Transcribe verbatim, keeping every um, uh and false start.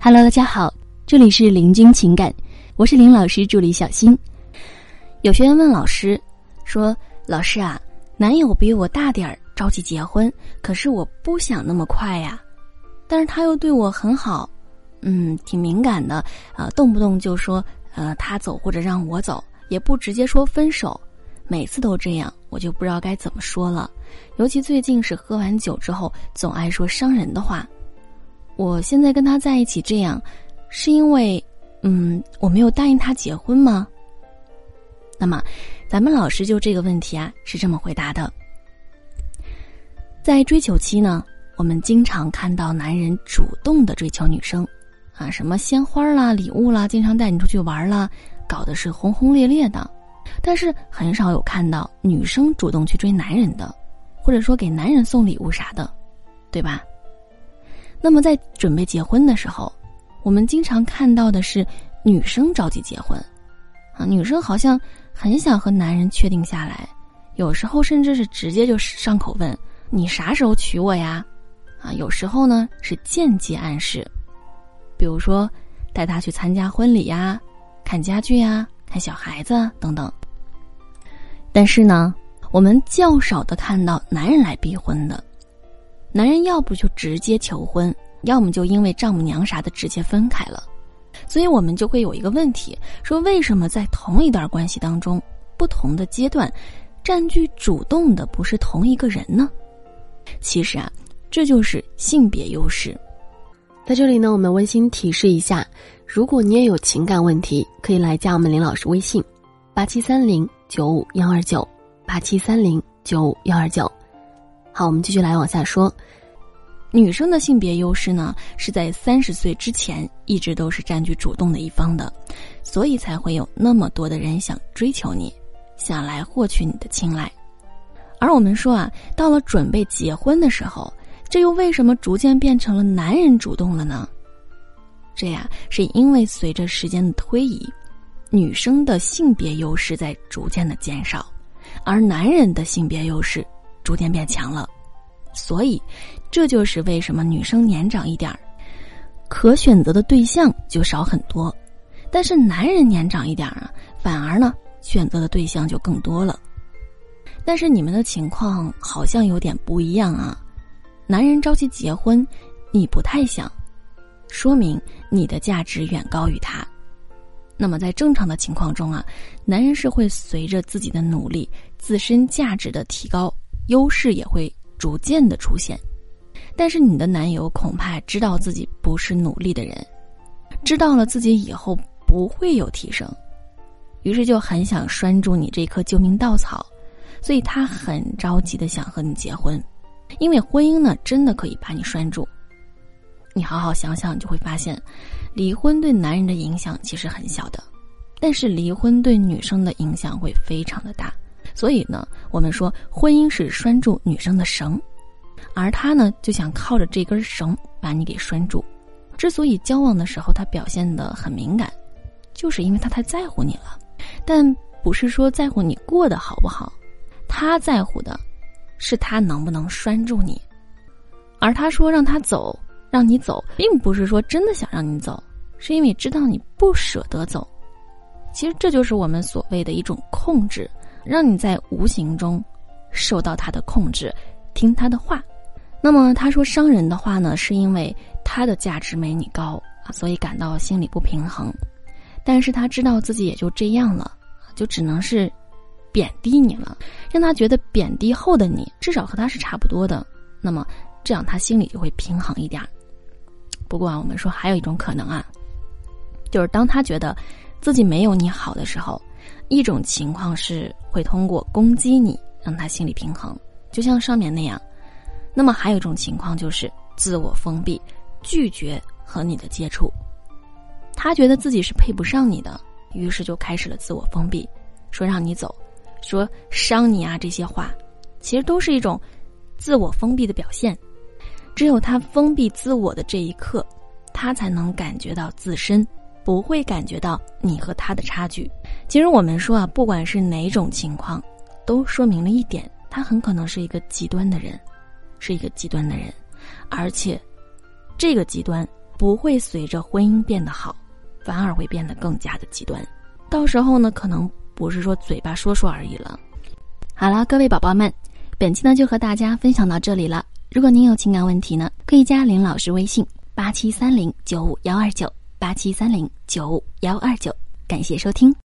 Hello， 大家好，这里是林君情感，我是林老师助理小新。有学员问老师说，老师啊，男友比我大点儿，着急结婚，可是我不想那么快呀，但是他又对我很好，嗯，挺敏感的，呃，动不动就说呃他走或者让我走，也不直接说分手，每次都这样，我就不知道该怎么说了。尤其最近是喝完酒之后，总爱说伤人的话。我现在跟他在一起这样，是因为，嗯，我没有答应他结婚吗？那么，咱们老师就这个问题啊，是这么回答的。在追求期呢，我们经常看到男人主动的追求女生，啊，什么鲜花啦、礼物啦，经常带你出去玩啦，搞得是轰轰烈烈的。但是很少有看到女生主动去追男人的，或者说给男人送礼物啥的，对吧？那么在准备结婚的时候，我们经常看到的是女生着急结婚啊，女生好像很想和男人确定下来，有时候甚至是直接就上口问你啥时候娶我呀？啊，有时候呢是间接暗示，比如说带他去参加婚礼呀、看家具呀、看小孩子等等。但是呢，我们较少的看到男人来逼婚的。男人要不就直接求婚，要么就因为丈母娘啥的直接分开了。所以我们就会有一个问题，说为什么在同一段关系当中，不同的阶段占据主动的不是同一个人呢？其实啊，这就是性别优势。 在这里呢，我们温馨提示一下，如果你也有情感问题，可以来加我们林老师微信八七三零九五一二九八七三零九五一二九。好，我们继续来往下说。 女生的性别优势呢，是在三十岁之前一直都是占据主动的一方的，所以才会有那么多的人想追求你，想来获取你的青睐。而我们说啊，到了准备结婚的时候，这又为什么逐渐变成了男人主动了呢？这呀，是因为随着时间的推移，女生的性别优势在逐渐的减少，而男人的性别优势逐渐变强了。所以这就是为什么女生年长一点儿，可选择的对象就少很多，但是男人年长一点啊，反而呢选择的对象就更多了。但是你们的情况好像有点不一样啊，男人着急结婚，你不太想，说明你的价值远高于他。那么在正常的情况中啊，男人是会随着自己的努力，自身价值的提高，优势也会逐渐的出现。但是你的男友恐怕知道自己不是努力的人，知道了自己以后不会有提升，于是就很想拴住你这颗救命稻草，所以他很着急的想和你结婚。因为婚姻呢，真的可以把你拴住。你好好想想，就会发现离婚对男人的影响其实很小的，但是离婚对女生的影响会非常的大。所以呢，我们说婚姻是拴住女生的绳，而他呢就想靠着这根绳把你给拴住。之所以交往的时候他表现得很敏感，就是因为他太在乎你了，但不是说在乎你过得好不好，他在乎的是他能不能拴住你。而他说让他走，让你走，并不是说真的想让你走，是因为知道你不舍得走。其实这就是我们所谓的一种控制，让你在无形中受到他的控制，听他的话。那么他说伤人的话呢，是因为他的价值没你高，所以感到心里不平衡。但是他知道自己也就这样了，就只能是贬低你了，让他觉得贬低后的你至少和他是差不多的，那么这样他心里就会平衡一点。不过啊，我们说还有一种可能啊，就是当他觉得自己没有你好的时候，一种情况是会通过攻击你让他心理平衡，就像上面那样。那么还有一种情况就是自我封闭，拒绝和你的接触。他觉得自己是配不上你的，于是就开始了自我封闭，说让你走，说伤你啊，这些话其实都是一种自我封闭的表现。只有他封闭自我的这一刻，他才能感觉到自身，不会感觉到你和他的差距。其实我们说啊，不管是哪种情况，都说明了一点，他很可能是一个极端的人，是一个极端的人，而且这个极端不会随着婚姻变得好，反而会变得更加的极端。到时候呢，可能不是说嘴巴说说而已了。好了，各位宝宝们，本期呢就和大家分享到这里了。如果您有情感问题呢，可以加林老师微信八七三零九五幺二九八七三零九五幺二九，感谢收听。